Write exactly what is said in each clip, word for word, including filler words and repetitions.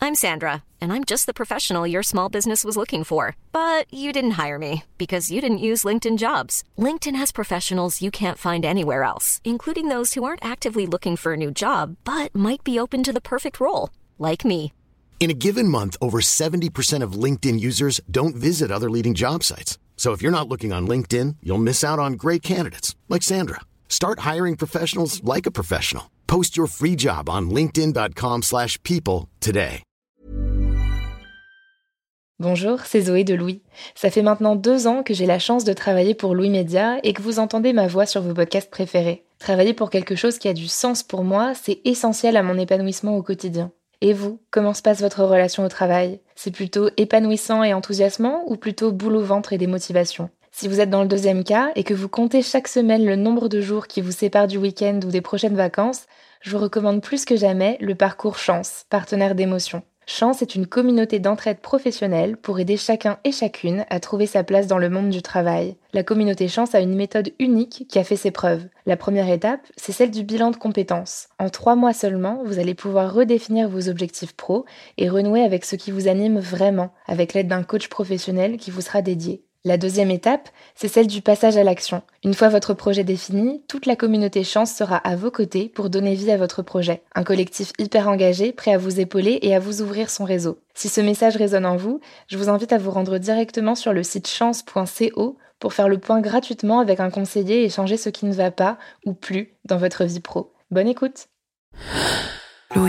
I'm Sandra, and I'm just the professional your small business was looking for. But you didn't hire me because you didn't use LinkedIn Jobs. LinkedIn has professionals you can't find anywhere else, including those who aren't actively looking for a new job, but might be open to the perfect role, like me. In a given month, over seventy percent of LinkedIn users don't visit other leading job sites. So if you're not looking on LinkedIn, you'll miss out on great candidates like Sandra. Start hiring professionals like a professional. Post your free job on linkedin.com slash people today. Bonjour, c'est Zoé de Louis. Ça fait maintenant deux ans que j'ai la chance de travailler pour Louis Média et que vous entendez ma voix sur vos podcasts préférés. Travailler pour quelque chose qui a du sens pour moi, c'est essentiel à mon épanouissement au quotidien. Et vous, comment se passe votre relation au travail ? C'est plutôt épanouissant et enthousiasmant ou plutôt boule au ventre et démotivation ? Si vous êtes dans le deuxième cas et que vous comptez chaque semaine le nombre de jours qui vous séparent du week-end ou des prochaines vacances, je vous recommande plus que jamais le parcours Chance, partenaire d'émotion. Chance est une communauté d'entraide professionnelle pour aider chacun et chacune à trouver sa place dans le monde du travail. La communauté Chance a une méthode unique qui a fait ses preuves. La première étape, c'est celle du bilan de compétences. En trois mois seulement, vous allez pouvoir redéfinir vos objectifs pro et renouer avec ce qui vous anime vraiment, avec l'aide d'un coach professionnel qui vous sera dédié. La deuxième étape, c'est celle du passage à l'action. Une fois votre projet défini, toute la communauté Chance sera à vos côtés pour donner vie à votre projet. Un collectif hyper engagé, prêt à vous épauler et à vous ouvrir son réseau. Si ce message résonne en vous, je vous invite à vous rendre directement sur le site chance point co pour faire le point gratuitement avec un conseiller et changer ce qui ne va pas ou plus dans votre vie pro. Bonne écoute. Louis.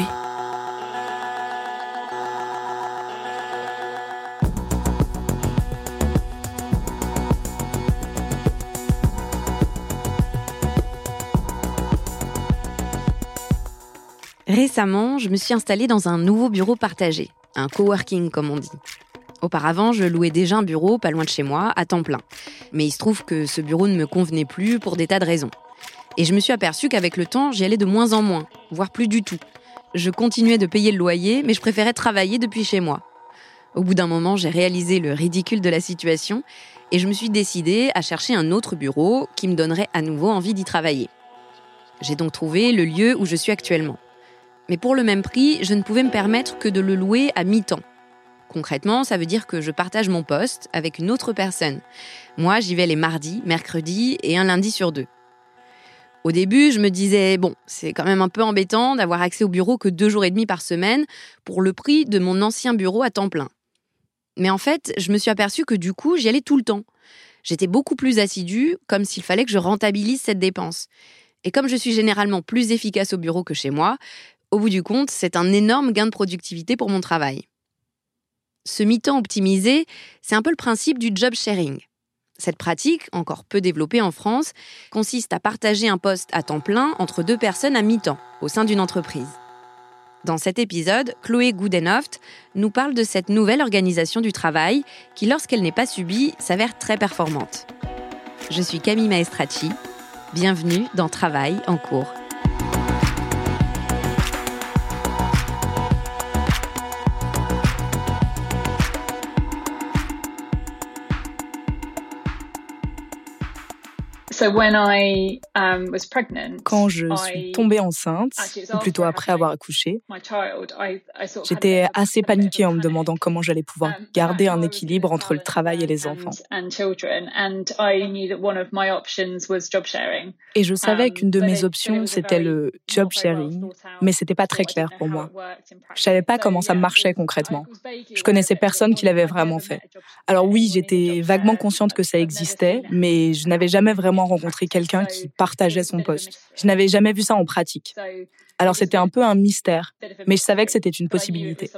Récemment, je me suis installée dans un nouveau bureau partagé, un coworking comme on dit. Auparavant, je louais déjà un bureau pas loin de chez moi, à temps plein. Mais il se trouve que ce bureau ne me convenait plus pour des tas de raisons. Et je me suis aperçue qu'avec le temps, j'y allais de moins en moins, voire plus du tout. Je continuais de payer le loyer, mais je préférais travailler depuis chez moi. Au bout d'un moment, j'ai réalisé le ridicule de la situation et je me suis décidée à chercher un autre bureau qui me donnerait à nouveau envie d'y travailler. J'ai donc trouvé le lieu où je suis actuellement. Mais pour le même prix, je ne pouvais me permettre que de le louer à mi-temps. Concrètement, ça veut dire que je partage mon poste avec une autre personne. Moi, j'y vais les mardis, mercredis et un lundi sur deux. Au début, je me disais, bon, c'est quand même un peu embêtant d'avoir accès au bureau que deux jours et demi par semaine pour le prix de mon ancien bureau à temps plein. Mais en fait, je me suis aperçue que du coup, j'y allais tout le temps. J'étais beaucoup plus assidue, comme s'il fallait que je rentabilise cette dépense. Et comme je suis généralement plus efficace au bureau que chez moi, au bout du compte, c'est un énorme gain de productivité pour mon travail. Ce mi-temps optimisé, c'est un peu le principe du job sharing. Cette pratique, encore peu développée en France, consiste à partager un poste à temps plein entre deux personnes à mi-temps, au sein d'une entreprise. Dans cet épisode, Chloé Goudenhoft nous parle de cette nouvelle organisation du travail qui, lorsqu'elle n'est pas subie, s'avère très performante. Je suis Camille Maestracci. Bienvenue dans Travail en cours. Quand je suis tombée enceinte, ou plutôt après avoir accouché, j'étais assez paniquée en me demandant comment j'allais pouvoir garder un équilibre entre le travail et les enfants. Et je savais qu'une de mes options, c'était le job sharing, mais c'était pas très clair pour moi. Je savais pas comment ça marchait concrètement. Je connaissais personne qui l'avait vraiment fait. Alors oui, j'étais vaguement consciente que ça existait, mais je n'avais jamais vraiment rencontré quelqu'un qui partageait son poste. Je n'avais jamais vu ça en pratique. Alors c'était un peu un mystère, mais je savais que c'était une possibilité.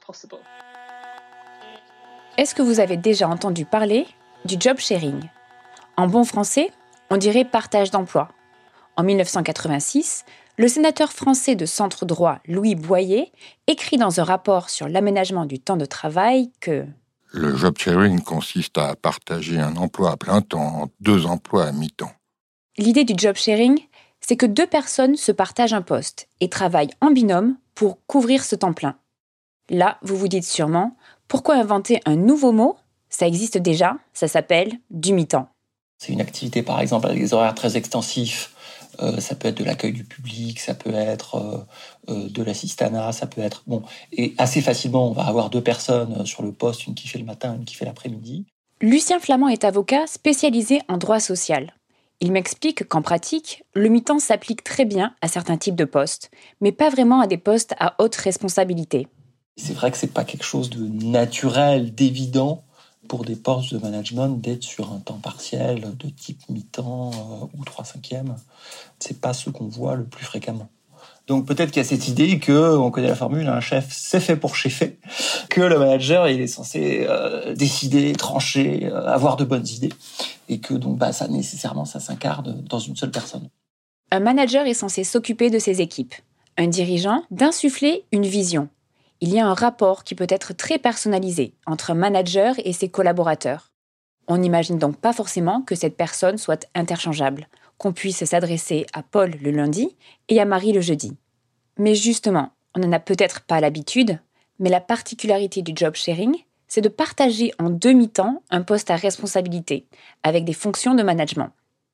Est-ce que vous avez déjà entendu parler du job sharing ? En bon français, on dirait partage d'emploi. En dix-neuf cent quatre-vingt-six, le sénateur français de centre droit Louis Boyer écrit dans un rapport sur l'aménagement du temps de travail que le job sharing consiste à partager un emploi à plein temps en deux emplois à mi-temps. L'idée du job sharing, c'est que deux personnes se partagent un poste et travaillent en binôme pour couvrir ce temps plein. Là, vous vous dites sûrement, pourquoi inventer un nouveau mot ? Ça existe déjà, ça s'appelle du mi-temps. C'est une activité, par exemple, avec des horaires très extensifs, Euh, ça peut être de l'accueil du public, ça peut être euh, euh, de l'assistanat, ça peut être... Bon, et assez facilement, on va avoir deux personnes sur le poste, une qui fait le matin, une qui fait l'après-midi. Lucien Flamand est avocat spécialisé en droit social. Il m'explique qu'en pratique, le mi-temps s'applique très bien à certains types de postes, mais pas vraiment à des postes à haute responsabilité. C'est vrai que c'est pas quelque chose de naturel, d'évident pour des postes de management d'être sur un temps partiel de type mi-temps euh, ou trois cinquièmes. C'est pas ce qu'on voit le plus fréquemment. Donc peut-être qu'il y a cette idée que, on connaît la formule, un chef c'est fait pour cheffer, que le manager il est censé euh, décider, trancher, euh, avoir de bonnes idées, et que donc bah ça nécessairement ça s'incarne dans une seule personne. Un manager est censé s'occuper de ses équipes, un dirigeant d'insuffler une vision. Il y a un rapport qui peut être très personnalisé entre un manager et ses collaborateurs. On n'imagine donc pas forcément que cette personne soit interchangeable, qu'on puisse s'adresser à Paul le lundi et à Marie le jeudi. Mais justement, on n'en a peut-être pas l'habitude, mais la particularité du job sharing, c'est de partager en demi-temps un poste à responsabilité, avec des fonctions de management.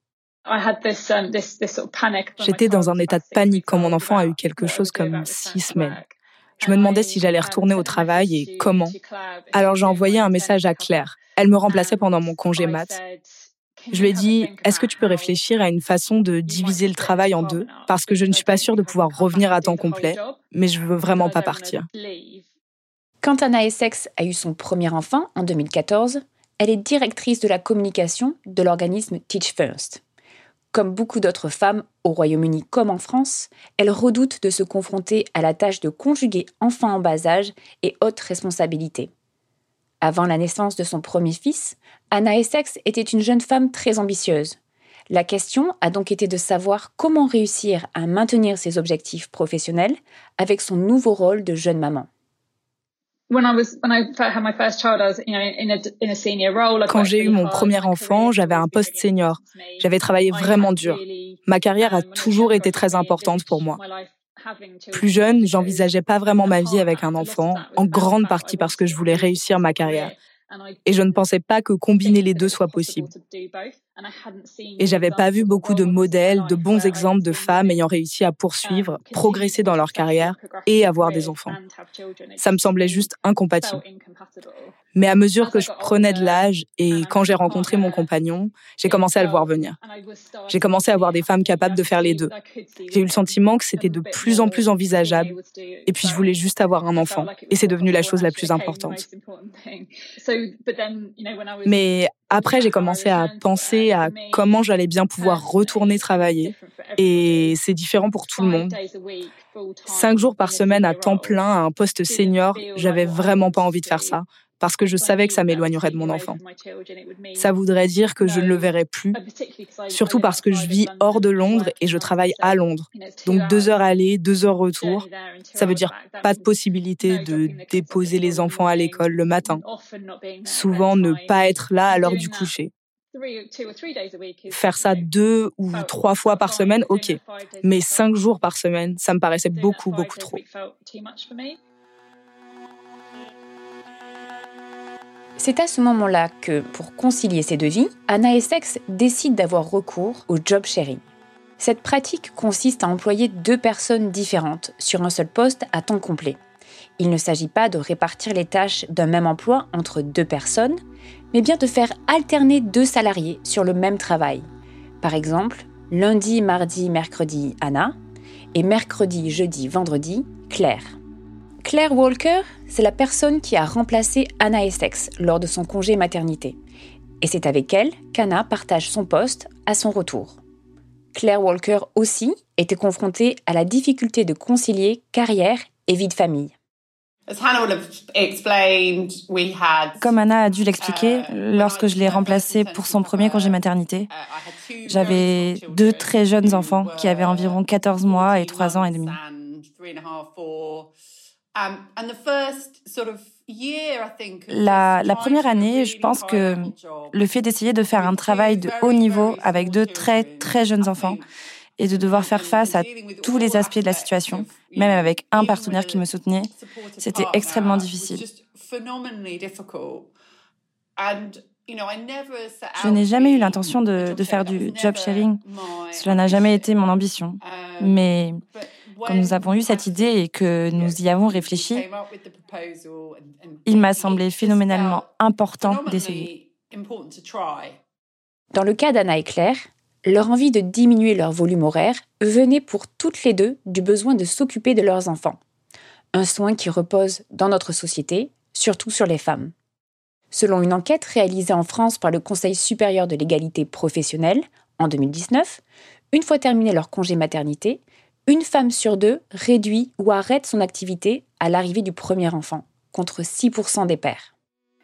J'étais dans un état de panique quand mon enfant a eu quelque chose comme six semaines. Je me demandais si j'allais retourner au travail et comment. Alors j'ai envoyé un message à Claire. Elle me remplaçait pendant mon congé mat. Je lui ai dit, est-ce que tu peux réfléchir à une façon de diviser le travail en deux ? Parce que je ne suis pas sûre de pouvoir revenir à temps complet, mais je veux vraiment pas partir. Quand Anna Essex a eu son premier enfant en deux mille quatorze, elle est directrice de la communication de l'organisme Teach First. Comme beaucoup d'autres femmes, au Royaume-Uni comme en France, elle redoute de se confronter à la tâche de conjuguer enfants en bas âge et hautes responsabilités. Avant la naissance de son premier fils, Anna Essex était une jeune femme très ambitieuse. La question a donc été de savoir comment réussir à maintenir ses objectifs professionnels avec son nouveau rôle de jeune maman. Quand j'ai eu mon premier enfant, j'avais un poste senior. J'avais travaillé vraiment dur. Ma carrière a toujours été très importante pour moi. Plus jeune, j'envisageais pas vraiment ma vie avec un enfant, en grande partie parce que je voulais réussir ma carrière. Et je ne pensais pas que combiner les deux soit possible. Et j'avais pas vu beaucoup de modèles, de bons exemples de femmes ayant réussi à poursuivre, progresser dans leur carrière et avoir des enfants. Ça me semblait juste incompatible. Mais à mesure que je prenais de l'âge et quand j'ai rencontré mon compagnon, j'ai commencé à le voir venir. J'ai commencé à voir des femmes capables de faire les deux. J'ai eu le sentiment que c'était de plus en plus envisageable. Et puis je voulais juste avoir un enfant. Et c'est devenu la chose la plus importante. Mais après, j'ai commencé à penser à comment j'allais bien pouvoir retourner travailler. Et c'est différent pour tout le monde. Cinq jours par semaine à temps plein à un poste senior, j'avais vraiment pas envie de faire ça. Parce que je savais que ça m'éloignerait de mon enfant. Ça voudrait dire que je ne le verrais plus, surtout parce que je vis hors de Londres et je travaille à Londres. Donc deux heures aller, deux heures retour, ça veut dire pas de possibilité de déposer les enfants à l'école le matin. Souvent ne pas être là à l'heure du coucher. Faire ça deux ou trois fois par semaine, ok. Mais cinq jours par semaine, ça me paraissait beaucoup, beaucoup trop. C'est à ce moment-là que, pour concilier ces deux vies, Anna Essex décide d'avoir recours au job sharing. Cette pratique consiste à employer deux personnes différentes sur un seul poste à temps complet. Il ne s'agit pas de répartir les tâches d'un même emploi entre deux personnes, mais bien de faire alterner deux salariés sur le même travail. Par exemple, lundi, mardi, mercredi, Anna, et mercredi, jeudi, vendredi, Claire. Claire Walker, c'est la personne qui a remplacé Anna Essex lors de son congé maternité. Et c'est avec elle qu'Anna partage son poste à son retour. Claire Walker aussi était confrontée à la difficulté de concilier carrière et vie de famille. Comme Anna a dû l'expliquer, lorsque je l'ai remplacée pour son premier congé maternité, j'avais deux très jeunes enfants qui avaient environ quatorze mois et trois ans et demi. La, la première année, je pense que le fait d'essayer de faire un travail de haut niveau avec deux très, très jeunes enfants et de devoir faire face à tous les aspects de la situation, même avec un partenaire qui me soutenait, c'était extrêmement difficile. Je n'ai jamais eu l'intention de, de faire du job sharing. Cela n'a jamais été mon ambition. Mais quand nous avons eu cette idée et que nous y avons réfléchi, il m'a semblé phénoménalement important d'essayer. Dans le cas d'Anna et Claire, leur envie de diminuer leur volume horaire venait pour toutes les deux du besoin de s'occuper de leurs enfants. Un soin qui repose dans notre société, surtout sur les femmes. Selon une enquête réalisée en France par le Conseil supérieur de l'égalité professionnelle en deux mille dix-neuf, une fois terminé leur congé maternité, une femme sur deux réduit ou arrête son activité à l'arrivée du premier enfant, contre six pour cent des pères.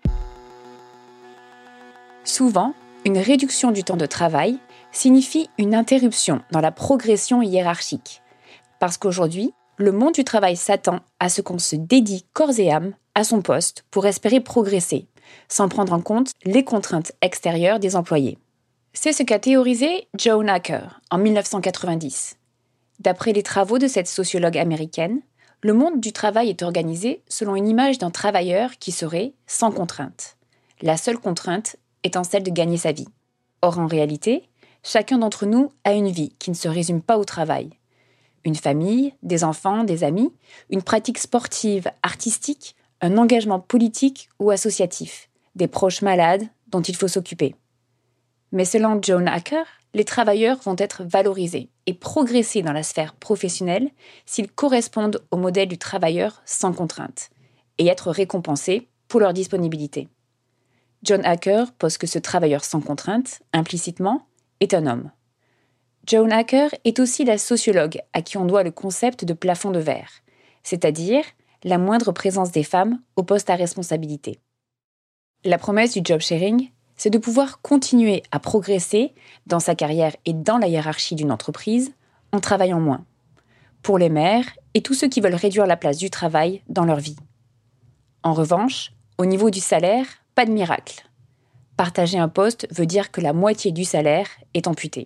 Souvent, une réduction du temps de travail signifie une interruption dans la progression hiérarchique. Parce qu'aujourd'hui, le monde du travail s'attend à ce qu'on se dédie corps et âme à son poste pour espérer progresser, sans prendre en compte les contraintes extérieures des employés. C'est ce qu'a théorisé Joan Acker en dix-neuf cent quatre-vingt-dix. D'après les travaux de cette sociologue américaine, le monde du travail est organisé selon une image d'un travailleur qui serait sans contrainte. La seule contrainte étant celle de gagner sa vie. Or, en réalité, chacun d'entre nous a une vie qui ne se résume pas au travail. Une famille, des enfants, des amis, une pratique sportive, artistique, un engagement politique ou associatif, des proches malades dont il faut s'occuper. Mais selon Joan Acker, les travailleurs vont être valorisés et progresser dans la sphère professionnelle s'ils correspondent au modèle du travailleur sans contrainte et être récompensés pour leur disponibilité. Joan Acker pose que ce travailleur sans contrainte, implicitement, est un homme. Joan Acker est aussi la sociologue à qui on doit le concept de plafond de verre, c'est-à-dire la moindre présence des femmes au poste à responsabilité. La promesse du job sharing, c'est de pouvoir continuer à progresser dans sa carrière et dans la hiérarchie d'une entreprise en travaillant moins. Pour les mères et tous ceux qui veulent réduire la place du travail dans leur vie. En revanche, au niveau du salaire, pas de miracle. Partager un poste veut dire que la moitié du salaire est amputée.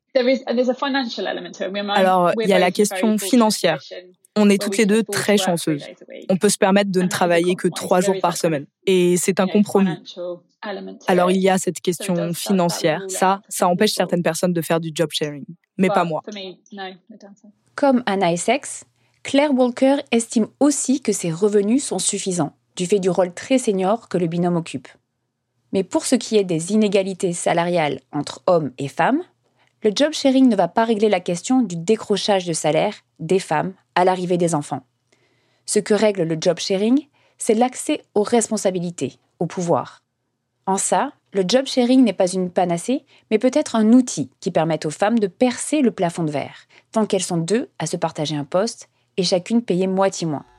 Alors, il y a la question financière. On est toutes les deux très chanceuses. On peut se permettre de ne travailler que trois jours par semaine. Et c'est un compromis. Alors, il y a cette question financière. Ça, ça empêche certaines personnes de faire du job sharing. Mais pas moi. Comme Anna Essex, Claire Walker estime aussi que ses revenus sont suffisants, du fait du rôle très senior que le binôme occupe. Mais pour ce qui est des inégalités salariales entre hommes et femmes, le job sharing ne va pas régler la question du décrochage de salaire des femmes à l'arrivée des enfants. Ce que règle le job sharing, c'est l'accès aux responsabilités, au pouvoir. En ça, le job sharing n'est pas une panacée, mais peut-être un outil qui permet aux femmes de percer le plafond de verre, tant qu'elles sont deux à se partager un poste et chacune payer moitié moins.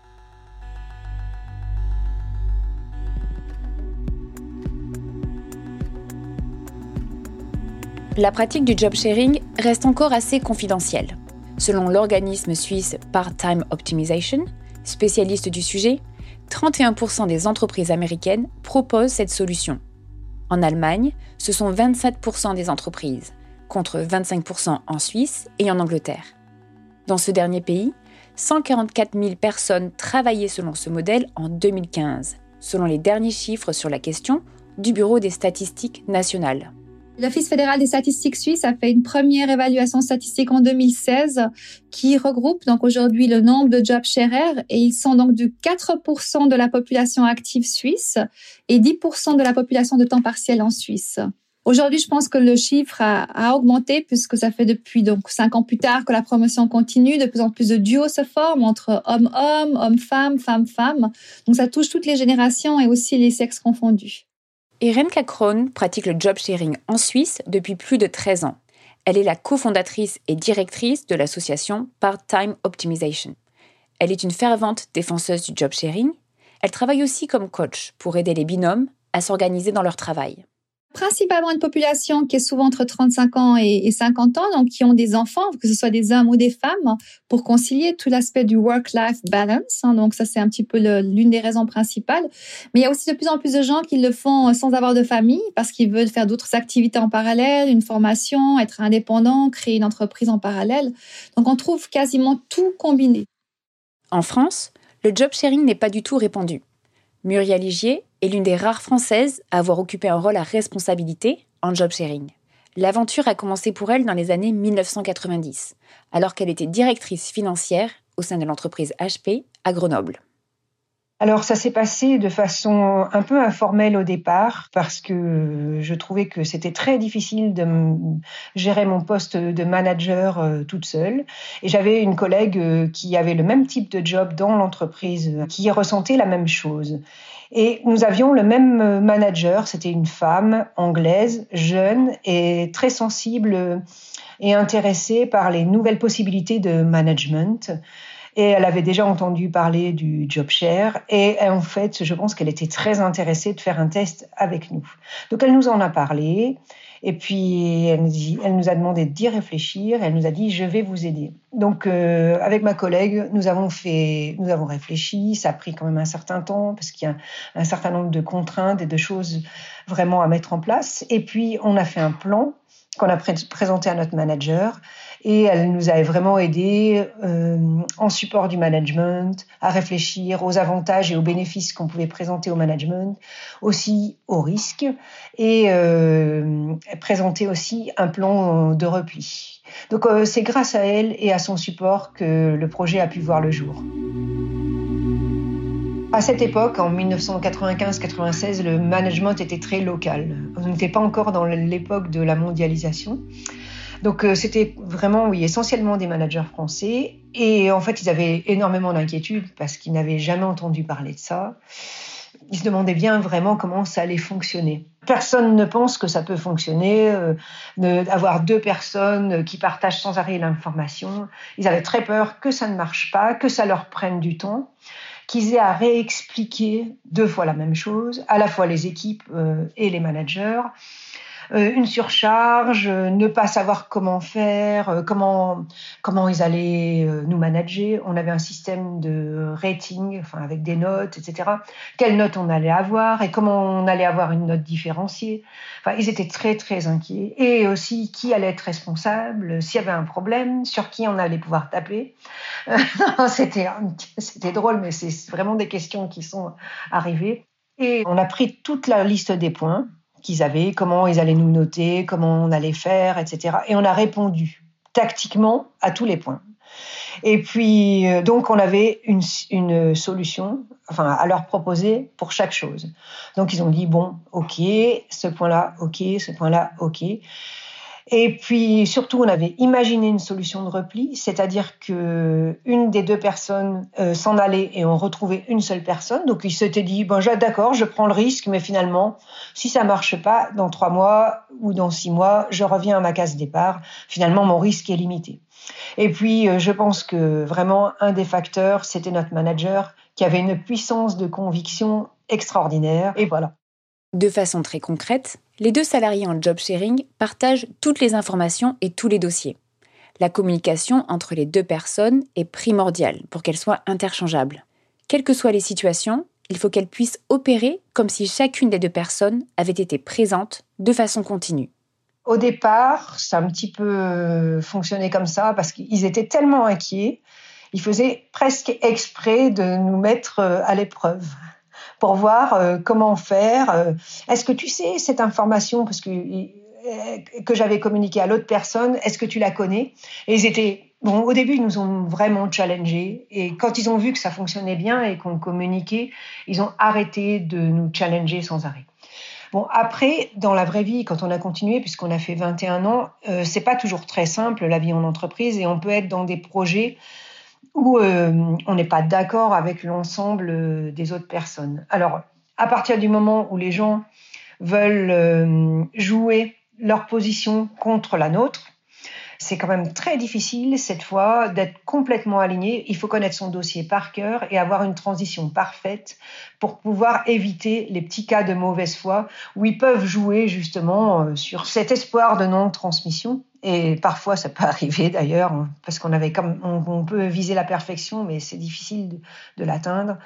La pratique du job sharing reste encore assez confidentielle. Selon l'organisme suisse Part-Time Optimization, spécialiste du sujet, trente et un pour cent des entreprises américaines proposent cette solution. En Allemagne, ce sont vingt-sept pour cent des entreprises, contre vingt-cinq pour cent en Suisse et en Angleterre. Dans ce dernier pays, cent quarante-quatre mille personnes travaillaient selon ce modèle en deux mille quinze, selon les derniers chiffres sur la question du Bureau des statistiques nationales. L'Office fédéral des statistiques suisses a fait une première évaluation statistique en deux mille seize qui regroupe donc aujourd'hui le nombre de job sharers et ils sont donc de quatre pour cent de la population active suisse et dix pour cent de la population de temps partiel en Suisse. Aujourd'hui, je pense que le chiffre a, a augmenté puisque ça fait depuis donc cinq ans plus tard que la promotion continue. De plus en plus de duos se forment entre hommes-hommes, hommes-femmes, femmes-femmes. Donc ça touche toutes les générations et aussi les sexes confondus. Renka Krohn pratique le job sharing en Suisse depuis plus de treize ans. Elle est la cofondatrice et directrice de l'association Part-Time Optimization. Elle est une fervente défenseuse du job sharing. Elle travaille aussi comme coach pour aider les binômes à s'organiser dans leur travail. Principalement une population qui est souvent entre trente-cinq ans et cinquante ans, donc qui ont des enfants, que ce soit des hommes ou des femmes, pour concilier tout l'aspect du work-life balance. Donc ça, c'est un petit peu le, l'une des raisons principales. Mais il y a aussi de plus en plus de gens qui le font sans avoir de famille, parce qu'ils veulent faire d'autres activités en parallèle, une formation, être indépendant, créer une entreprise en parallèle. Donc on trouve quasiment tout combiné. En France, le job sharing n'est pas du tout répandu. Muriel Ligier est l'une des rares Françaises à avoir occupé un rôle à responsabilité en job sharing. L'aventure a commencé pour elle dans les années mille neuf cent quatre-vingt-dix, alors qu'elle était directrice financière au sein de l'entreprise H P à Grenoble. Alors ça s'est passé de façon un peu informelle au départ parce que je trouvais que c'était très difficile de gérer mon poste de manager euh, toute seule. Et j'avais une collègue euh, qui avait le même type de job dans l'entreprise, euh, qui ressentait la même chose. Et nous avions le même manager, c'était une femme anglaise, jeune et très sensible et intéressée par les nouvelles possibilités de management. Et elle avait déjà entendu parler du job share. Et en fait, je pense qu'elle était très intéressée de faire un test avec nous. Donc, elle nous en a parlé. Et puis, elle nous, dit, elle nous a demandé d'y réfléchir. Elle nous a dit, je vais vous aider. Donc, euh, avec ma collègue, nous avons fait, nous avons réfléchi. Ça a pris quand même un certain temps parce qu'il y a un, un certain nombre de contraintes et de choses vraiment à mettre en place. Et puis, on a fait un plan qu'on a pré- présenté à notre manager. Et elle nous a vraiment aidés euh, en support du management, à réfléchir aux avantages et aux bénéfices qu'on pouvait présenter au management, aussi aux risques, et euh, présenter aussi un plan de repli. Donc euh, c'est grâce à elle et à son support que le projet a pu voir le jour. À cette époque, en mille neuf cent quatre-vingt-quinze quatre-vingt-seize, le management était très local. On n'était pas encore dans l'époque de la mondialisation. Donc euh, c'était vraiment, oui, essentiellement des managers français. Et en fait, ils avaient énormément d'inquiétudes parce qu'ils n'avaient jamais entendu parler de ça. Ils se demandaient bien vraiment comment ça allait fonctionner. Personne ne pense que ça peut fonctionner, euh, d'avoir deux personnes qui partagent sans arrêt l'information. Ils avaient très peur que ça ne marche pas, que ça leur prenne du temps, qu'ils aient à réexpliquer deux fois la même chose, à la fois les équipes euh, et les managers. Euh, une surcharge, euh, ne pas savoir comment faire, euh, comment comment ils allaient euh, nous manager. On avait un système de rating, enfin avec des notes, et cetera. Quelle note on allait avoir et comment on allait avoir une note différenciée. Enfin, ils étaient très très inquiets. Et aussi qui allait être responsable, s'il y avait un problème, sur qui on allait pouvoir taper. Euh, c'était c'était drôle, mais c'est vraiment des questions qui sont arrivées. Et on a pris toute la liste des points qu'ils avaient, comment ils allaient nous noter, comment on allait faire, et cetera. Et on a répondu tactiquement à tous les points. Et puis, donc, on avait une, une solution, enfin, à leur proposer pour chaque chose. Donc, ils ont dit, bon, OK, ce point-là, OK, ce point-là, OK. Et puis, surtout, on avait imaginé une solution de repli, c'est-à-dire que une des deux personnes euh, s'en allait et on retrouvait une seule personne. Donc, ils s'étaient dit, bon, d'accord, je prends le risque, mais finalement, si ça marche pas, dans trois mois ou dans six mois, je reviens à ma case départ. Finalement, mon risque est limité. Et puis, euh, je pense que vraiment, un des facteurs, c'était notre manager qui avait une puissance de conviction extraordinaire. Et voilà. De façon très concrète, les deux salariés en job sharing partagent toutes les informations et tous les dossiers. La communication entre les deux personnes est primordiale pour qu'elle soit interchangeable. Quelles que soient les situations, il faut qu'elles puissent opérer comme si chacune des deux personnes avait été présente de façon continue. Au départ, ça a un petit peu fonctionné comme ça parce qu'ils étaient tellement inquiets, ils faisaient presque exprès de nous mettre à l'épreuve pour voir euh, comment faire. Euh, est-ce que tu sais cette information parce que, euh, que j'avais communiquée à l'autre personne, est-ce que tu la connais? Et ils étaient, bon, au début, ils nous ont vraiment challengés. Et quand ils ont vu que ça fonctionnait bien et qu'on communiquait, ils ont arrêté de nous challenger sans arrêt. Bon, après, dans la vraie vie, quand on a continué, puisqu'on a fait vingt et un ans, euh, c'est pas toujours très simple, la vie en entreprise, et on peut être dans des projets où euh, on n'est pas d'accord avec l'ensemble des autres personnes. Alors, à partir du moment où les gens veulent euh, jouer leur position contre la nôtre, c'est quand même très difficile, cette fois, d'être complètement aligné. Il faut connaître son dossier par cœur et avoir une transition parfaite pour pouvoir éviter les petits cas de mauvaise foi où ils peuvent jouer justement sur cet espoir de non-transmission. Et parfois, ça peut arriver d'ailleurs, parce qu'on avait comme, on, on peut viser la perfection, mais c'est difficile de, de l'atteindre.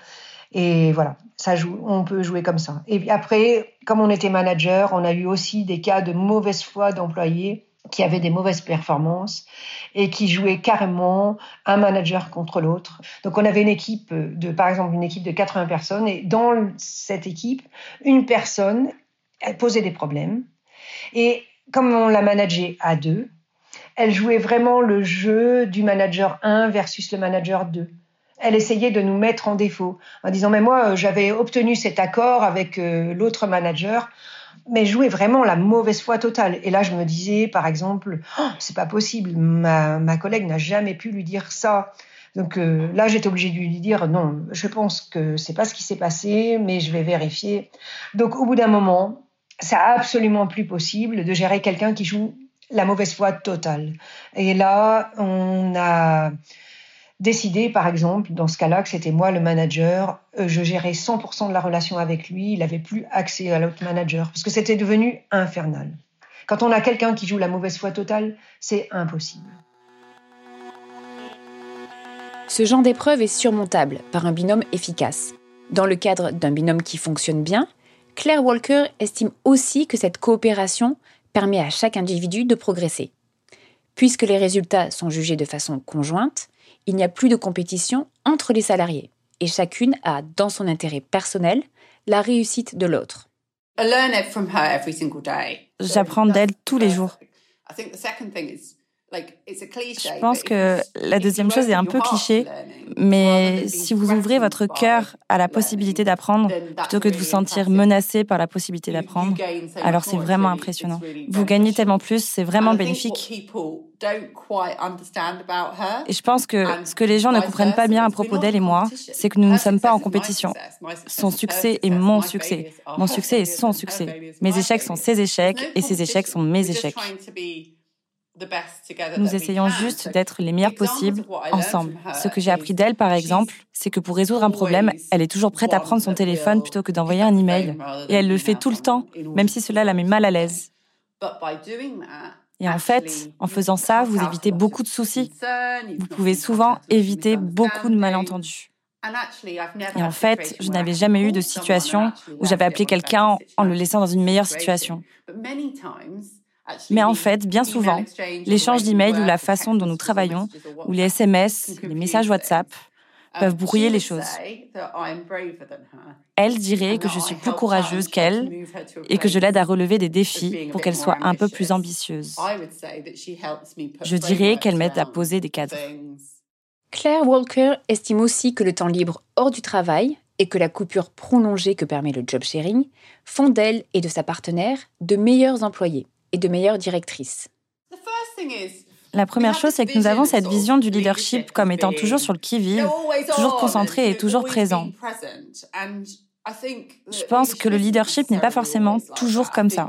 Et voilà, ça joue, on peut jouer comme ça. Et puis après, comme on était manager, on a eu aussi des cas de mauvaise foi d'employés qui avaient des mauvaises performances et qui jouaient carrément un manager contre l'autre. Donc on avait une équipe de, par exemple, une équipe de quatre-vingts personnes et dans cette équipe, une personne elle posait des problèmes et comme on l'a managée à deux, elle jouait vraiment le jeu du manager un versus le manager deux. Elle essayait de nous mettre en défaut en disant « mais moi, j'avais obtenu cet accord avec euh, l'autre manager », mais jouait vraiment la mauvaise foi totale. Et là, je me disais, par exemple, oh, « c'est pas possible, ma, ma collègue n'a jamais pu lui dire ça ». Donc euh, là, j'étais obligée de lui dire « non, je pense que c'est pas ce qui s'est passé, mais je vais vérifier ». Donc au bout d'un moment, c'est absolument plus possible de gérer quelqu'un qui joue la mauvaise foi totale. Et là, on a décidé, par exemple, dans ce cas-là, que c'était moi le manager. Je gérais cent pour cent de la relation avec lui. Il n'avait plus accès à l'autre manager parce que c'était devenu infernal. Quand on a quelqu'un qui joue la mauvaise foi totale, c'est impossible. Ce genre d'épreuve est surmontable par un binôme efficace. Dans le cadre d'un binôme qui fonctionne bien, Claire Walker estime aussi que cette coopération permet à chaque individu de progresser. Puisque les résultats sont jugés de façon conjointe, il n'y a plus de compétition entre les salariés et chacune a, dans son intérêt personnel, la réussite de l'autre. J'apprends d'elle tous les jours. Je pense que la deuxième chose est un peu cliché, mais si vous ouvrez votre cœur à la possibilité d'apprendre, plutôt que de vous sentir menacé par la possibilité d'apprendre, alors c'est vraiment impressionnant. Vous gagnez tellement plus, c'est vraiment bénéfique. Et je pense que ce que les gens ne comprennent pas bien à propos d'elle et moi, c'est que nous ne sommes pas en compétition. Son succès est mon succès. Mon succès est son succès. Mes échecs sont ses échecs et ses échecs sont mes échecs. Nous essayons juste d'être les meilleurs possibles ensemble. Ce que j'ai appris d'elle, par exemple, c'est que pour résoudre un problème, elle est toujours prête à prendre son téléphone plutôt que d'envoyer un email. Et elle le fait tout le temps, même si cela la met mal à l'aise. Et en fait, en faisant ça, vous évitez beaucoup de soucis. Vous pouvez souvent éviter beaucoup de malentendus. Et en fait, je n'avais jamais eu de situation où j'avais appelé quelqu'un en le laissant dans une meilleure situation. Mais en fait, bien souvent, l'échange d'emails ou la façon dont nous travaillons, ou les S M S, les messages WhatsApp, peuvent brouiller les choses. Elle dirait que je suis plus courageuse qu'elle et que je l'aide à relever des défis pour qu'elle soit un peu plus ambitieuse. Je dirais qu'elle m'aide à poser des cadres. Claire Walker estime aussi que le temps libre hors du travail et que la coupure prolongée que permet le job sharing font d'elle et de sa partenaire de meilleurs employés et de meilleures directrices. La première chose, c'est que nous avons cette vision du leadership comme étant toujours sur le qui-vive, toujours concentré et toujours présent. Je pense que le leadership n'est pas forcément toujours comme ça.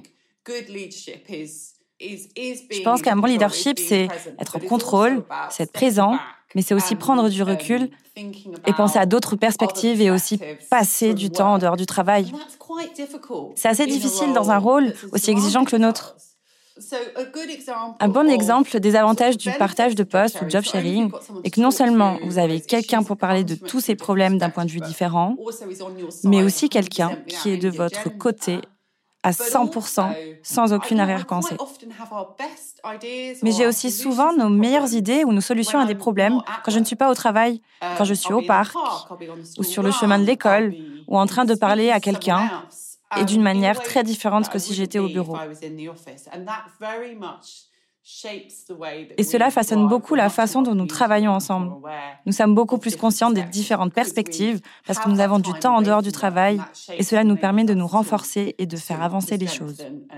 Je pense qu'un bon leadership, c'est être en contrôle, c'est être présent, mais c'est aussi prendre du recul et penser à d'autres perspectives et aussi passer du temps en dehors du travail. C'est assez difficile dans un rôle aussi exigeant que le nôtre. Un bon exemple des avantages du partage de postes ou job sharing est que non seulement vous avez quelqu'un pour parler de tous ces problèmes d'un point de vue différent, mais aussi quelqu'un qui est de votre côté à cent pour cent sans aucune arrière-pensée. Mais j'ai aussi souvent nos meilleures idées ou nos solutions à des problèmes quand je ne suis pas au travail, quand je suis au parc ou sur le chemin de l'école ou en train de parler à quelqu'un et d'une manière très différente que si j'étais au bureau. Et cela façonne beaucoup la façon dont nous travaillons ensemble. Nous sommes beaucoup plus conscients des différentes perspectives parce que nous avons du temps en dehors du travail et cela nous permet de nous renforcer et de faire avancer les choses.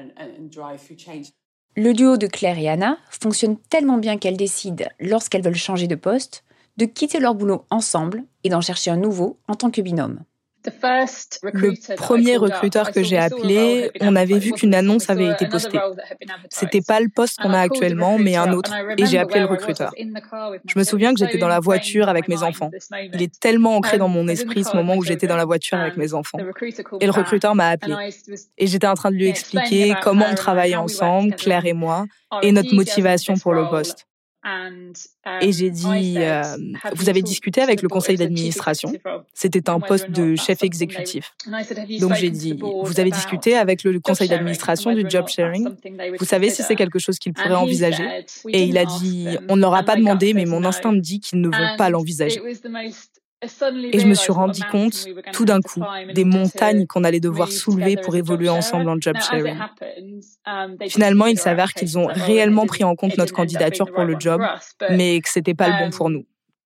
Le duo de Claire et Anna fonctionne tellement bien qu'elles décident, lorsqu'elles veulent changer de poste, de quitter leur boulot ensemble et d'en chercher un nouveau en tant que binôme. Le premier recruteur que j'ai appelé, on avait vu qu'une annonce avait été postée. C'était pas le poste qu'on a actuellement, mais un autre, et j'ai appelé le recruteur. Je me souviens que j'étais dans la voiture avec mes enfants. Il est tellement ancré dans mon esprit ce moment où j'étais dans la voiture avec mes enfants. Et le recruteur m'a appelé. Et j'étais en train de lui expliquer comment on travaillait ensemble, Claire et moi, et notre motivation pour le poste. Et j'ai dit, euh, vous avez discuté avec le conseil d'administration? C'était un poste de chef exécutif. Donc j'ai dit, vous avez discuté avec le conseil d'administration du job sharing? Vous savez si c'est quelque chose qu'ils pourraient envisager? Et il a dit, on ne leur a pas demandé, mais mon instinct me dit qu'ils ne veulent pas l'envisager. Et je me suis rendu compte, tout d'un coup, des montagnes qu'on allait devoir soulever pour évoluer ensemble en job sharing. Finalement, il s'avère qu'ils ont réellement pris en compte notre candidature pour le job, mais que c'était pas le bon pour nous.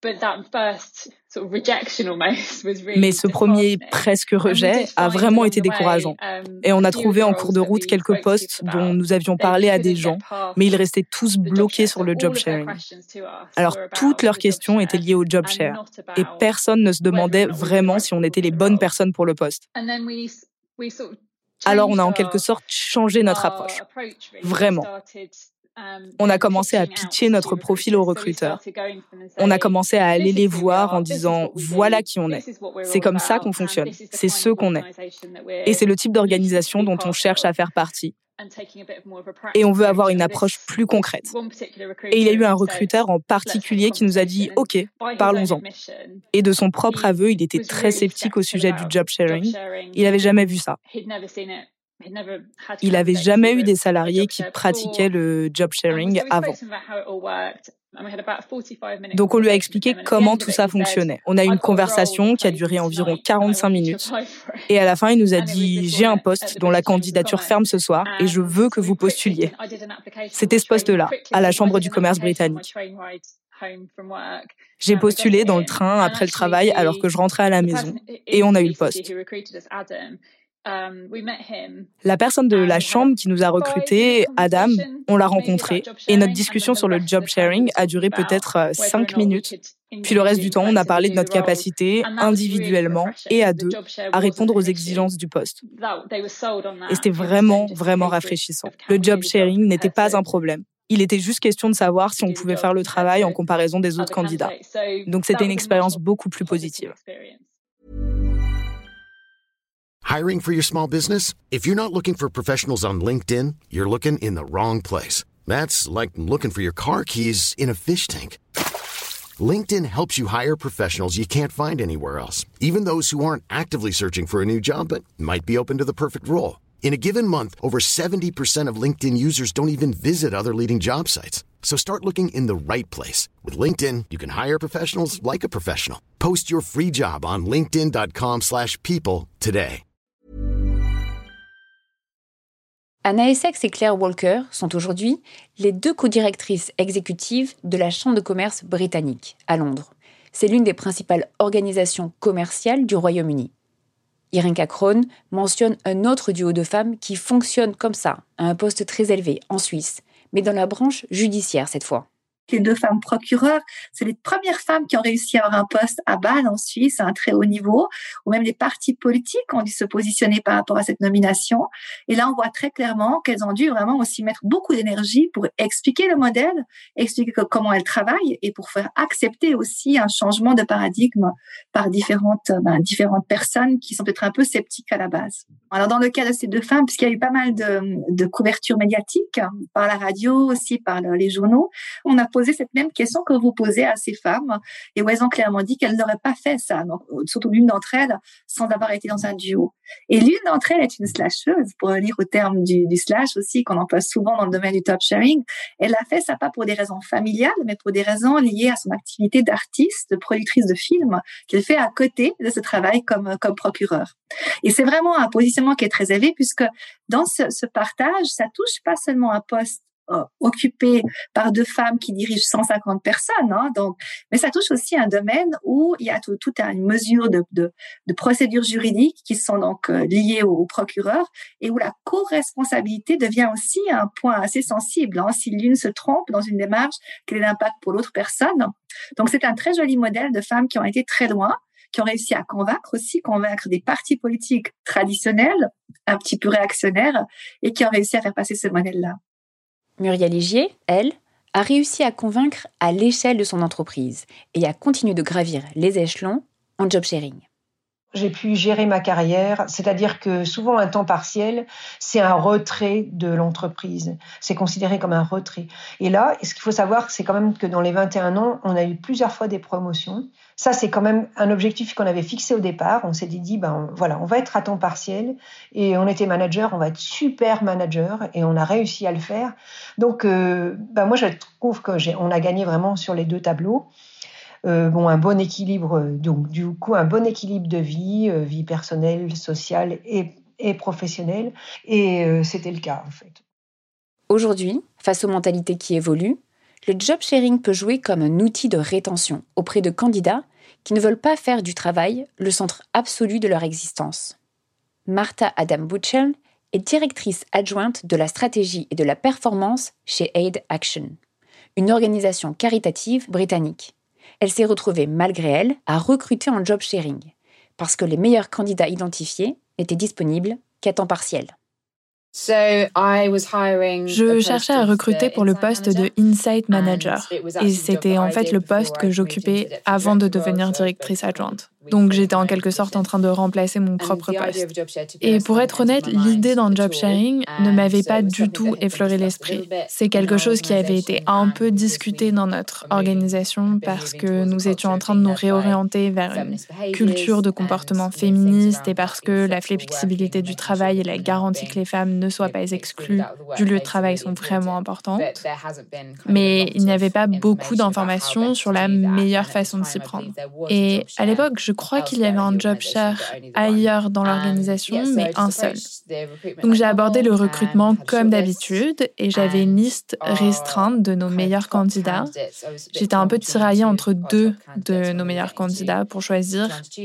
Mais ce premier presque rejet a vraiment été décourageant. Et on a trouvé en cours de route quelques postes dont nous avions parlé à des gens, mais ils restaient tous bloqués sur le job sharing. Alors toutes leurs questions étaient liées au job share, et personne ne se demandait vraiment si on était les bonnes personnes pour le poste. Alors on a en quelque sorte changé notre approche. Vraiment. On a commencé à pitcher notre profil aux recruteurs. On a commencé à aller les voir en disant « voilà qui on est. C'est comme ça qu'on fonctionne. C'est ce qu'on est. Et c'est le type d'organisation dont on cherche à faire partie. Et on veut avoir une approche plus concrète. » Et il y a eu un recruteur en particulier qui nous a dit « ok, parlons-en. » Et de son propre aveu, il était très sceptique au sujet du job sharing. Il n'avait jamais vu ça. Il n'avait jamais eu des salariés qui pratiquaient le job sharing avant. Donc on lui a expliqué comment tout ça fonctionnait. On a eu une conversation qui a duré environ quarante-cinq minutes. Et à la fin, il nous a dit « j'ai un poste dont la candidature ferme ce soir et je veux que vous postuliez. » C'était ce poste-là, à la Chambre du commerce britannique. J'ai postulé dans le train après le travail alors que je rentrais à la maison et on a eu le poste. La personne de la chambre qui nous a recrutés, Adam, on l'a rencontré et notre discussion sur le job sharing a duré peut-être cinq minutes. Puis le reste du temps, on a parlé de notre capacité, individuellement et à deux, à répondre aux exigences du poste. Et c'était vraiment, vraiment rafraîchissant. Le job sharing n'était pas un problème. Il était juste question de savoir si on pouvait faire le travail en comparaison des autres candidats. Donc c'était une expérience beaucoup plus positive. Hiring for your small business? If you're not looking for professionals on LinkedIn, you're looking in the wrong place. That's like looking for your car keys in a fish tank. LinkedIn helps you hire professionals you can't find anywhere else, even those who aren't actively searching for a new job but might be open to the perfect role. In a given month, over seventy percent of LinkedIn users don't even visit other leading job sites. So start looking in the right place. With LinkedIn, you can hire professionals like a professional. Post your free job on linkedin.com slash people today. Anna Essex et Claire Walker sont aujourd'hui les deux co-directrices exécutives de la Chambre de commerce britannique, à Londres. C'est l'une des principales organisations commerciales du Royaume-Uni. Irenka Krohn mentionne un autre duo de femmes qui fonctionne comme ça, à un poste très élevé, en Suisse, mais dans la branche judiciaire cette fois. Les deux femmes procureurs, c'est les premières femmes qui ont réussi à avoir un poste à Bâle en Suisse, à un très haut niveau, où même les partis politiques ont dû se positionner par rapport à cette nomination. Et là, on voit très clairement qu'elles ont dû vraiment aussi mettre beaucoup d'énergie pour expliquer le modèle, expliquer comment elles travaillent et pour faire accepter aussi un changement de paradigme par différentes, ben, différentes personnes qui sont peut-être un peu sceptiques à la base. Alors, dans le cas de ces deux femmes, puisqu'il y a eu pas mal de, de couverture médiatique, par la radio aussi, par le, les journaux, on a posé cette même question que vous posez à ces femmes et où elles ont clairement dit qu'elles n'auraient pas fait ça, donc, surtout l'une d'entre elles, sans avoir été dans un duo. Et l'une d'entre elles est une slasheuse, pour revenir au terme du, du slash aussi, qu'on emploie souvent dans le domaine du top sharing. Elle a fait ça pas pour des raisons familiales, mais pour des raisons liées à son activité d'artiste, de productrice de films, qu'elle fait à côté de ce travail comme, comme procureure. Et c'est vraiment un positionnement qui est très élevé, puisque dans ce, ce partage, ça touche pas seulement un poste Euh, occupé par deux femmes qui dirigent cent cinquante personnes, hein, donc, mais ça touche aussi un domaine où il y a tout, tout une mesure de, de, de procédures juridiques qui sont donc euh, liées au, au procureur et où la co-responsabilité devient aussi un point assez sensible. Hein, si l'une se trompe dans une démarche, quel est l'impact pour l'autre personne? Donc c'est un très joli modèle de femmes qui ont été très loin, qui ont réussi à convaincre aussi, convaincre des partis politiques traditionnels, un petit peu réactionnaires, et qui ont réussi à faire passer ce modèle-là. Muriel Igier, elle, a réussi à convaincre à l'échelle de son entreprise et a continué de gravir les échelons en job sharing. j'ai pu gérer ma carrière, c'est-à-dire que souvent un temps partiel, c'est un retrait de l'entreprise. C'est considéré comme un retrait. Et là, ce qu'il faut savoir, c'est quand même que dans les vingt et un ans, on a eu plusieurs fois des promotions. Ça, c'est quand même un objectif qu'on avait fixé au départ. On s'est dit, ben voilà, on va être à temps partiel. Et on était manager, on va être super manager. Et on a réussi à le faire. Donc, euh, ben moi, je trouve que j'ai, on a gagné vraiment sur les deux tableaux. Euh, bon, un bon équilibre, donc du coup, un bon équilibre de vie, euh, vie personnelle, sociale et, et professionnelle. Et euh, c'était le cas, en fait. Aujourd'hui, face aux mentalités qui évoluent, le job sharing peut jouer comme un outil de rétention auprès de candidats qui ne veulent pas faire du travail le centre absolu de leur existence. Martha Adam Buchel est directrice adjointe de la stratégie et de la performance chez Aid Action, une organisation caritative britannique. Elle s'est retrouvée, malgré elle, à recruter en job sharing, parce que les meilleurs candidats identifiés n'étaient disponibles qu'à temps partiel. Je cherchais à recruter pour le poste de Insight Manager et c'était en fait le poste que j'occupais avant de devenir directrice adjointe. Donc j'étais en quelque sorte en train de remplacer mon propre poste. Et pour être honnête, l'idée d'un job sharing ne m'avait pas du tout effleuré l'esprit. C'est quelque chose qui avait été un peu discuté dans notre organisation parce que nous étions en train de nous réorienter vers une culture de comportement féministe et parce que la flexibilité du travail et la garantie que les femmes ne soient pas exclues du lieu de travail sont vraiment importantes. Mais il n'y avait pas beaucoup d'informations sur la meilleure façon de s'y prendre. Et à l'époque, je crois qu'il y avait un job share ailleurs dans l'organisation, mais un seul. Donc j'ai abordé le recrutement comme d'habitude et j'avais une liste restreinte de nos meilleurs candidats. J'étais un peu tiraillée entre deux de nos meilleurs candidats pour choisir.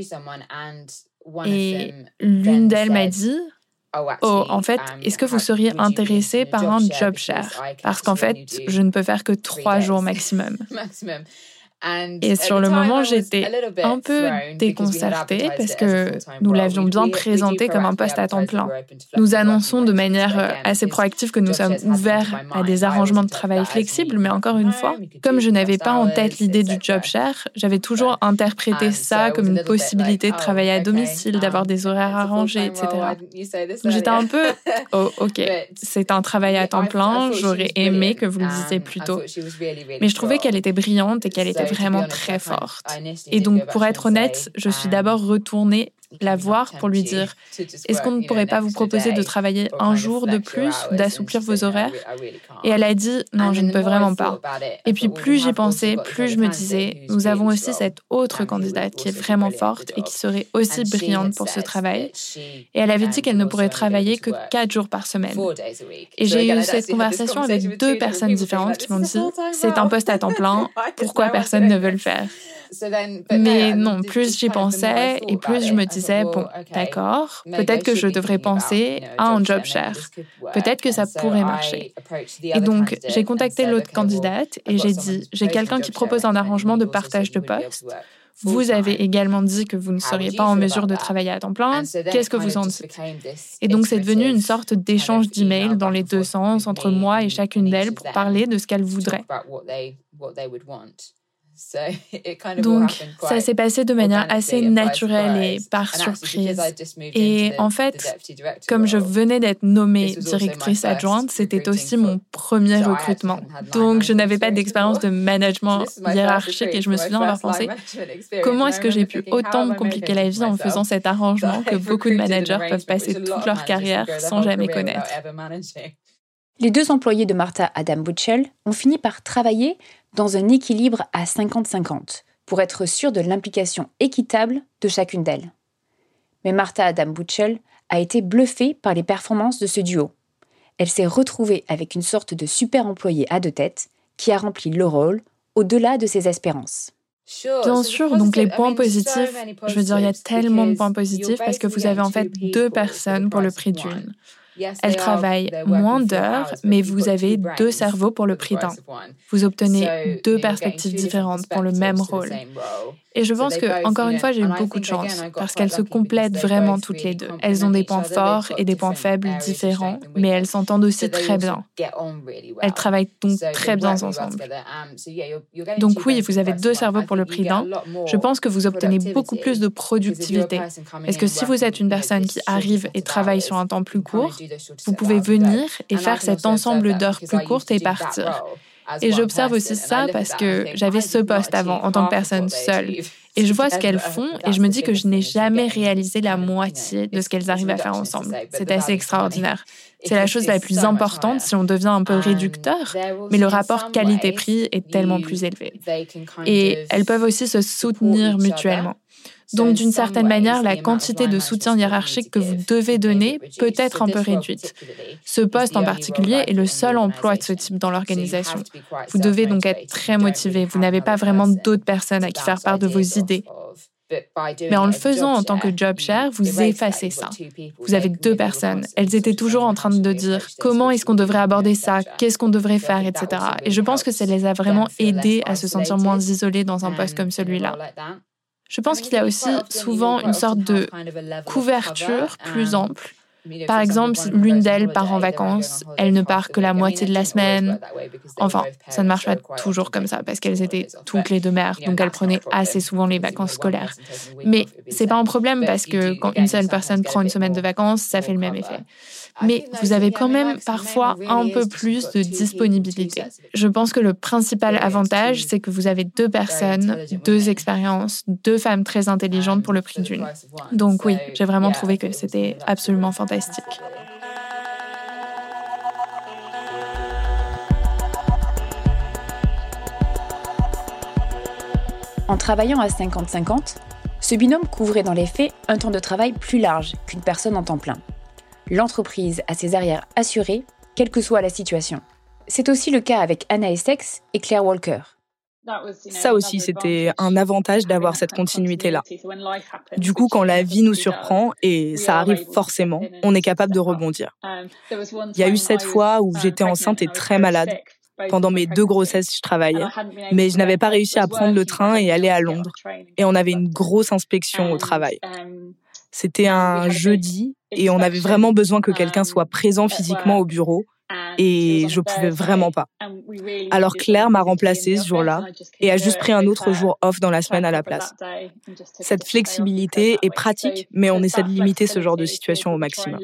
Et l'une d'elles m'a dit « Oh, en fait, est-ce que vous seriez intéressé par un job share ? Parce qu'en fait, je ne peux faire que trois jours maximum. » Et sur le moment, j'étais un peu déconcertée parce que nous l'avions bien présenté comme un poste à temps plein. Nous annonçons de manière assez proactive que nous sommes ouverts à des arrangements de travail flexibles, mais encore une fois, comme je n'avais pas en tête l'idée du job share, j'avais toujours interprété ça comme une possibilité de travailler à domicile, d'avoir des horaires arrangés, et cetera. Donc j'étais un peu « Oh, ok, c'est un travail à temps plein, j'aurais aimé que vous le disiez plus tôt. » Mais je trouvais qu'elle était brillante et qu'elle était vraiment très forte. Et donc, pour être honnête, je suis d'abord retournée la voir pour lui dire « Est-ce qu'on ne pourrait pas vous proposer de travailler un jour de plus ou d'assouplir vos horaires ?» Et elle a dit « Non, je ne peux vraiment pas. » Et puis, plus j'y pensais, plus je me disais « Nous avons aussi cette autre candidate qui est vraiment forte et qui serait aussi brillante pour ce travail. » Et elle avait dit qu'elle ne pourrait travailler que quatre jours par semaine. Et j'ai eu cette conversation avec deux personnes différentes qui m'ont dit « C'est un poste à temps plein, pourquoi personne ne veut le faire ?» Mais non, plus j'y pensais et plus je me disais, bon, d'accord, peut-être que je devrais penser à un job share. Peut-être que ça pourrait marcher. Et donc, j'ai contacté l'autre candidate et j'ai dit, j'ai quelqu'un qui propose un arrangement de partage de poste. Vous avez également dit que vous ne seriez pas en mesure de travailler à temps plein. Qu'est-ce que vous en dites? Et donc, c'est devenu une sorte d'échange d'emails dans les deux sens entre moi et chacune d'elles pour parler de ce qu'elles voudraient. Donc, ça s'est passé de manière assez naturelle et par surprise. Et en fait, comme je venais d'être nommée directrice adjointe, c'était aussi mon premier recrutement. Donc, je n'avais pas d'expérience de management hiérarchique et je me souviens avoir pensé comment est-ce que j'ai pu autant me compliquer la vie en faisant cet arrangement que beaucoup de managers peuvent passer toute leur carrière sans jamais connaître. Les deux employés de Martha Adam Buchel ont fini par travailler dans un équilibre à cinquante cinquante pour être sûr de l'implication équitable de chacune d'elles. Mais Martha Adam Buchel a été bluffée par les performances de ce duo. Elle s'est retrouvée avec une sorte de super employé à deux têtes qui a rempli le rôle au-delà de ses espérances. Bien sûr, donc les points positifs, je veux dire, il y a tellement de points positifs parce que vous avez en fait deux personnes pour le prix d'une. Elles travaillent moins d'heures, mais vous avez deux cerveaux pour le prix d'un. Vous obtenez deux perspectives différentes pour le même rôle. Et je pense que, encore une fois, j'ai eu beaucoup de chance parce qu'elles se complètent vraiment toutes les deux. Elles ont des points forts et des points faibles différents, mais elles s'entendent aussi très bien. Elles travaillent donc très bien ensemble. Donc oui, vous avez deux cerveaux pour le prix d'un. Je pense que vous obtenez beaucoup plus de productivité. Parce que si vous êtes une personne qui arrive et travaille sur un temps plus court, vous pouvez venir et faire cet ensemble d'heures plus courtes et partir. Et j'observe aussi ça parce que j'avais ce poste avant en tant que personne seule. Et je vois ce qu'elles font et je me dis que je n'ai jamais réalisé la moitié de ce qu'elles arrivent à faire ensemble. C'est assez extraordinaire. C'est la chose la plus importante si on devient un peu réducteur, mais le rapport qualité-prix est tellement plus élevé. Et elles peuvent aussi se soutenir mutuellement. Donc, d'une certaine manière, la quantité de soutien hiérarchique que vous devez donner peut être un peu réduite. Ce poste en particulier est le seul emploi de ce type dans l'organisation. Vous devez donc être très motivé. Vous n'avez pas vraiment d'autres personnes à qui faire part de vos idées. Mais en le faisant en tant que job share, vous effacez ça. Vous avez deux personnes. Elles étaient toujours en train de dire comment est-ce qu'on devrait aborder ça, qu'est-ce qu'on devrait faire, et cetera. Et je pense que ça les a vraiment aidées à se sentir moins isolées dans un poste comme celui-là. Je pense qu'il y a aussi souvent une sorte de couverture plus ample. Par exemple, si l'une d'elles part en vacances, elle ne part que la moitié de la semaine. Enfin, ça ne marche pas toujours comme ça parce qu'elles étaient toutes les deux mères, donc elles prenaient assez souvent les vacances scolaires. Mais c'est pas un problème parce que quand une seule personne prend une semaine de vacances, ça fait le même effet. Mais vous avez quand même parfois un peu plus de disponibilité. Je pense que le principal avantage, c'est que vous avez deux personnes, deux expériences, deux femmes très intelligentes pour le prix d'une. Donc oui, j'ai vraiment trouvé que c'était absolument fantastique. En travaillant à cinquante cinquante, ce binôme couvrait dans les faits un temps de travail plus large qu'une personne en temps plein. L'entreprise a ses arrières assurées, quelle que soit la situation. C'est aussi le cas avec Anna Essex et Claire Walker. Ça aussi, c'était un avantage d'avoir cette continuité-là. Du coup, quand la vie nous surprend, et ça arrive forcément, on est capable de rebondir. Il y a eu cette fois où j'étais enceinte et très malade. Pendant mes deux grossesses, je travaillais, mais je n'avais pas réussi à prendre le train et aller à Londres. Et on avait une grosse inspection au travail. C'était un jeudi et on avait vraiment besoin que quelqu'un soit présent physiquement au bureau et je pouvais vraiment pas. Alors Claire m'a remplacée ce jour-là et a juste pris un autre jour off dans la semaine à la place. Cette flexibilité est pratique, mais on essaie de limiter ce genre de situation au maximum.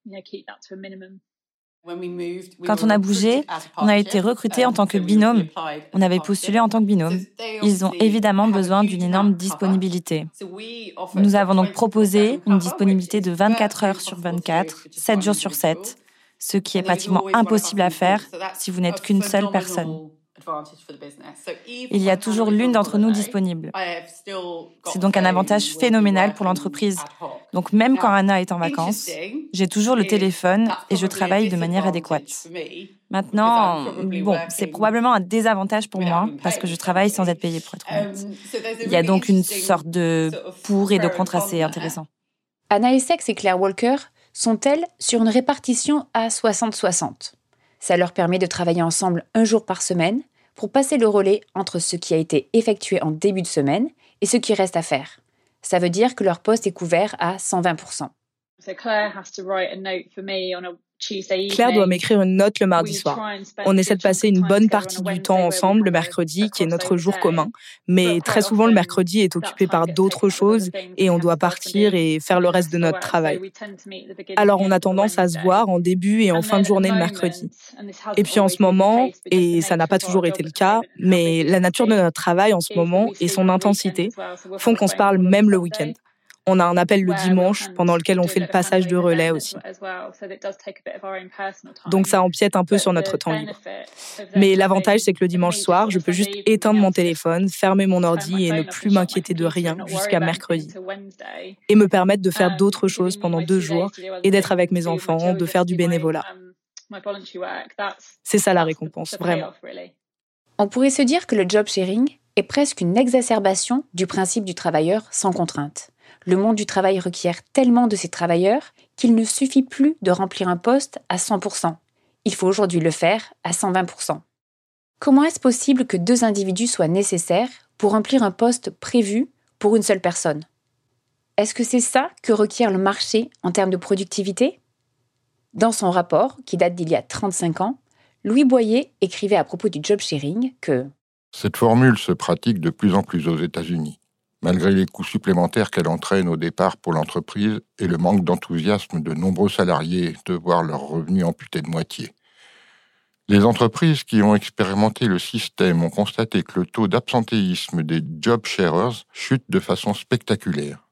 Quand on a bougé, on a été recrutés en tant que binôme. On avait postulé en tant que binôme. Ils ont évidemment besoin d'une énorme disponibilité. Nous avons donc proposé une disponibilité de vingt-quatre heures sur vingt-quatre, sept jours sur sept, ce qui est pratiquement impossible à faire si vous n'êtes qu'une seule personne. Il y a toujours l'une d'entre nous disponible. C'est donc un avantage phénoménal pour l'entreprise. Donc même quand Anna est en vacances, j'ai toujours le téléphone et je travaille de manière adéquate. Maintenant, bon, c'est probablement un désavantage pour moi parce que je travaille sans être payée, pour être honnête. Il y a donc une sorte de pour et de contre assez intéressant. Anna Essex et Claire Walker sont-elles sur une répartition à soixante soixante. Ça leur permet de travailler ensemble un jour par semaine pour passer le relais entre ce qui a été effectué en début de semaine et ce qui reste à faire. Ça veut dire que leur poste est couvert à cent vingt pour cent. Claire doit m'écrire une note le mardi soir. On essaie de passer une bonne partie du temps ensemble le mercredi, qui est notre jour commun. Mais très souvent, le mercredi est occupé par d'autres choses et on doit partir et faire le reste de notre travail. Alors, on a tendance à se voir en début et en fin de journée le mercredi. Et puis en ce moment, et ça n'a pas toujours été le cas, mais la nature de notre travail en ce moment et son intensité font qu'on se parle même le week-end. On a un appel le dimanche pendant lequel on fait le passage de relais aussi. Donc ça empiète un peu sur notre temps libre. Mais l'avantage, c'est que le dimanche soir, je peux juste éteindre mon téléphone, fermer mon ordi et ne plus m'inquiéter de rien jusqu'à mercredi. Et me permettre de faire d'autres choses pendant deux jours et d'être avec mes enfants, de faire du bénévolat. C'est ça la récompense, vraiment. On pourrait se dire que le job sharing est presque une exacerbation du principe du travailleur sans contrainte. Le monde du travail requiert tellement de ses travailleurs qu'il ne suffit plus de remplir un poste à cent pour cent. Il faut aujourd'hui le faire à cent vingt pour cent. Comment est-ce possible que deux individus soient nécessaires pour remplir un poste prévu pour une seule personne. Est-ce que c'est ça que requiert le marché en termes de productivité ? Dans son rapport, qui date d'il y a trente-cinq ans, Louis Boyer écrivait à propos du job sharing que cette formule se pratique de plus en plus aux États-Unis, malgré les coûts supplémentaires qu'elle entraîne au départ pour l'entreprise et le manque d'enthousiasme de nombreux salariés de voir leurs revenus amputés de moitié. Les entreprises qui ont expérimenté le système ont constaté que le taux d'absentéisme des job sharers chute de façon spectaculaire.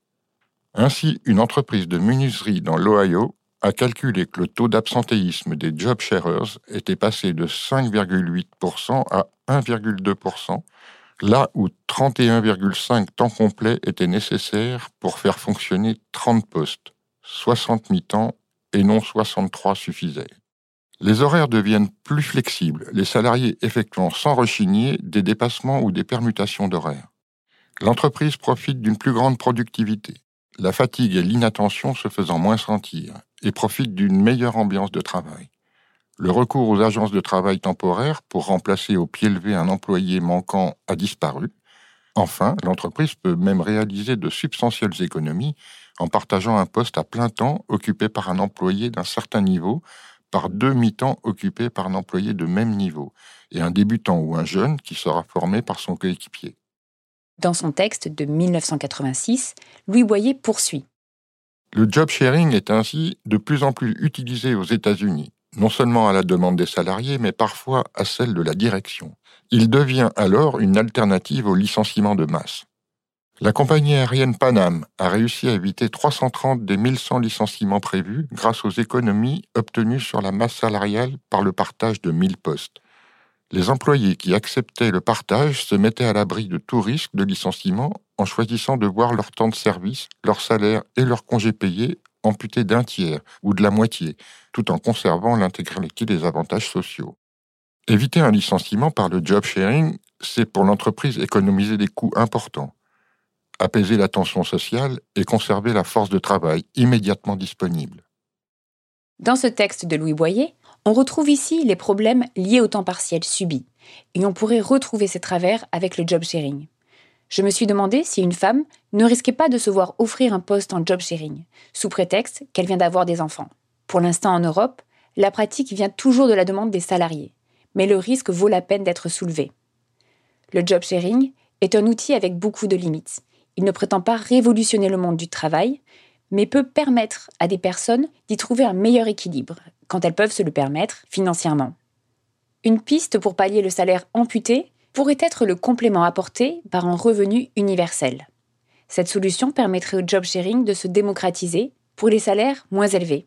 Ainsi, une entreprise de menuiserie dans l'Ohio a calculé que le taux d'absentéisme des job sharers était passé de cinq virgule huit pour cent à un virgule deux pour cent, là où trente et un virgule cinq temps complets étaient nécessaires pour faire fonctionner trente postes, soixante mi-temps et non soixante-trois suffisaient. Les horaires deviennent plus flexibles, les salariés effectuant sans rechigner des dépassements ou des permutations d'horaires. L'entreprise profite d'une plus grande productivité, la fatigue et l'inattention se faisant moins sentir, et profite d'une meilleure ambiance de travail. Le recours aux agences de travail temporaires pour remplacer au pied levé un employé manquant a disparu. Enfin, l'entreprise peut même réaliser de substantielles économies en partageant un poste à plein temps occupé par un employé d'un certain niveau par deux mi-temps occupés par un employé de même niveau et un débutant ou un jeune qui sera formé par son coéquipier. Dans son texte de dix-neuf cent quatre-vingt-six, Louis Boyer poursuit. Le job sharing est ainsi de plus en plus utilisé aux États-Unis, non seulement à la demande des salariés, mais parfois à celle de la direction. Il devient alors une alternative au licenciement de masse. La compagnie aérienne Pan Am a réussi à éviter trois cent trente des mille cent licenciements prévus grâce aux économies obtenues sur la masse salariale par le partage de mille postes. Les employés qui acceptaient le partage se mettaient à l'abri de tout risque de licenciement en choisissant de voir leur temps de service, leur salaire et leurs congés payés amputés d'un tiers ou de la moitié, tout en conservant l'intégralité des avantages sociaux. Éviter un licenciement par le job sharing, c'est pour l'entreprise économiser des coûts importants, apaiser la tension sociale et conserver la force de travail immédiatement disponible. Dans ce texte de Louis Boyer, on retrouve ici les problèmes liés au temps partiel subi, et on pourrait retrouver ces travers avec le job sharing. Je me suis demandé si une femme ne risquait pas de se voir offrir un poste en job sharing, sous prétexte qu'elle vient d'avoir des enfants. Pour l'instant en Europe, la pratique vient toujours de la demande des salariés, mais le risque vaut la peine d'être soulevé. Le job sharing est un outil avec beaucoup de limites. Il ne prétend pas révolutionner le monde du travail, mais peut permettre à des personnes d'y trouver un meilleur équilibre, quand elles peuvent se le permettre financièrement. Une piste pour pallier le salaire amputé pourrait être le complément apporté par un revenu universel. Cette solution permettrait au job sharing de se démocratiser pour les salaires moins élevés.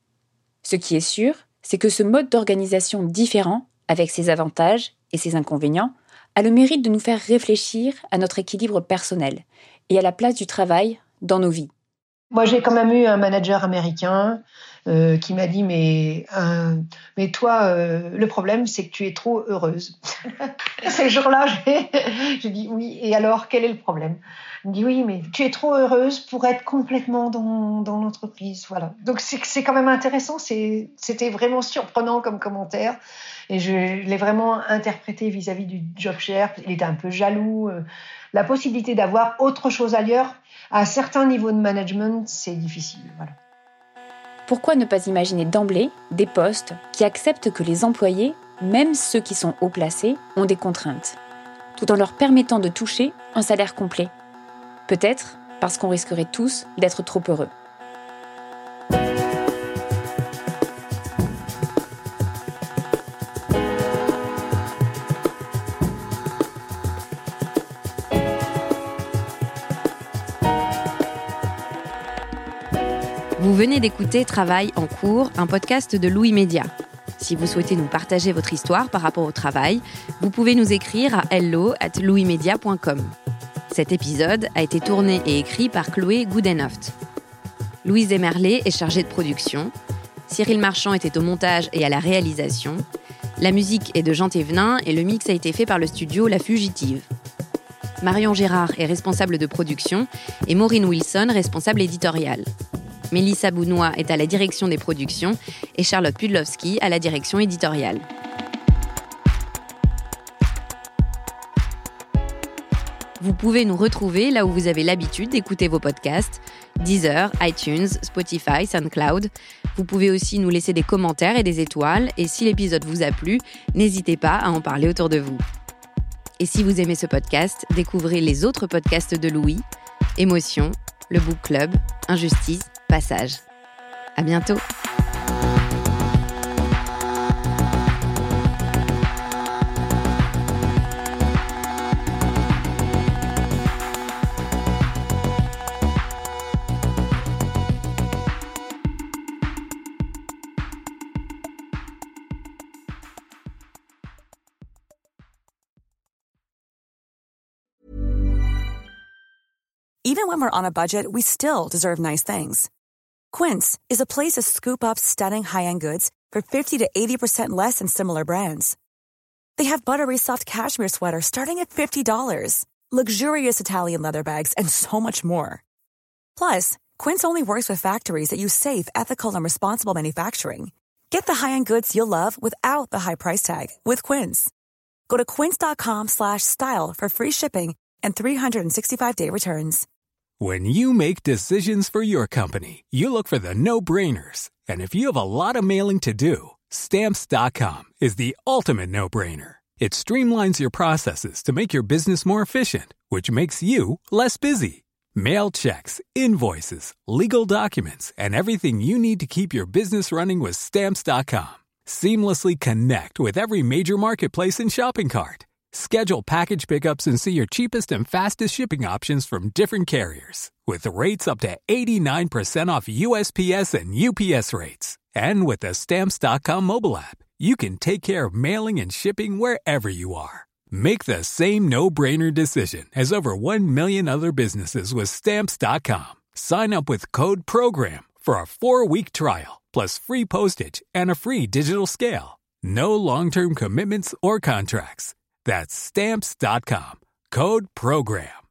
Ce qui est sûr, c'est que ce mode d'organisation différent, avec ses avantages et ses inconvénients, a le mérite de nous faire réfléchir à notre équilibre personnel et à la place du travail dans nos vies. Moi, j'ai quand même eu un manager américain euh, qui m'a dit mais euh, mais toi, euh, le problème, c'est que tu es trop heureuse. Ce jour-là, j'ai, j'ai dit oui. Et alors, quel est le problème ? Il me dit oui, mais tu es trop heureuse pour être complètement dans dans l'entreprise. Voilà. Donc c'est c'est quand même intéressant. C'est c'était vraiment surprenant comme commentaire. Et je l'ai vraiment interprété vis-à-vis du job share. Il était un peu jaloux. La possibilité d'avoir autre chose ailleurs, à certains niveaux de management, c'est difficile. Voilà. Pourquoi ne pas imaginer d'emblée des postes qui acceptent que les employés, même ceux qui sont haut placés, ont des contraintes, tout en leur permettant de toucher un salaire complet ? Peut-être parce qu'on risquerait tous d'être trop heureux. Vous venez d'écouter Travail en cours, un podcast de Louis Média. Si vous souhaitez nous partager votre histoire par rapport au travail, vous pouvez nous écrire à hello at louismedia point com. Cet épisode a été tourné et écrit par Chloé Goodenoft. Louise Emerlet est chargée de production. Cyril Marchand était au montage et à la réalisation. La musique est de Jean Thévenin et le mix a été fait par le studio La Fugitive. Marion Gérard est responsable de production et Maureen Wilson responsable éditoriale. Mélissa Bounois est à la direction des productions et Charlotte Pudlowski à la direction éditoriale. Vous pouvez nous retrouver là où vous avez l'habitude d'écouter vos podcasts, Deezer, iTunes, Spotify, SoundCloud. Vous pouvez aussi nous laisser des commentaires et des étoiles. Et si l'épisode vous a plu, n'hésitez pas à en parler autour de vous. Et si vous aimez ce podcast, découvrez les autres podcasts de Louis, Émotion, le Book Club, Injustice, Passage. À bientôt. Even when we're on a budget, we still deserve nice things. Quince is a place to scoop up stunning high-end goods for fifty to eighty percent less than similar brands. They have buttery soft cashmere sweaters starting at fifty dollars, luxurious Italian leather bags, and so much more. Plus, Quince only works with factories that use safe, ethical, and responsible manufacturing. Get the high-end goods you'll love without the high price tag with Quince. Go to quince.com slash style for free shipping and three sixty-five day returns. When you make decisions for your company, you look for the no-brainers. And if you have a lot of mailing to do, Stamps dot com is the ultimate no-brainer. It streamlines your processes to make your business more efficient, which makes you less busy. Mail checks, invoices, legal documents, and everything you need to keep your business running with Stamps dot com. Seamlessly connect with every major marketplace and shopping cart. Schedule package pickups and see your cheapest and fastest shipping options from different carriers. With rates up to eighty-nine percent off U S P S and U P S rates. And with the Stamps dot com mobile app, you can take care of mailing and shipping wherever you are. Make the same no-brainer decision as over one million other businesses with Stamps dot com. Sign up with code PROGRAM for a four-week trial, plus free postage and a free digital scale. No long-term commitments or contracts. That's Stamps dot com. Code PROGRAM.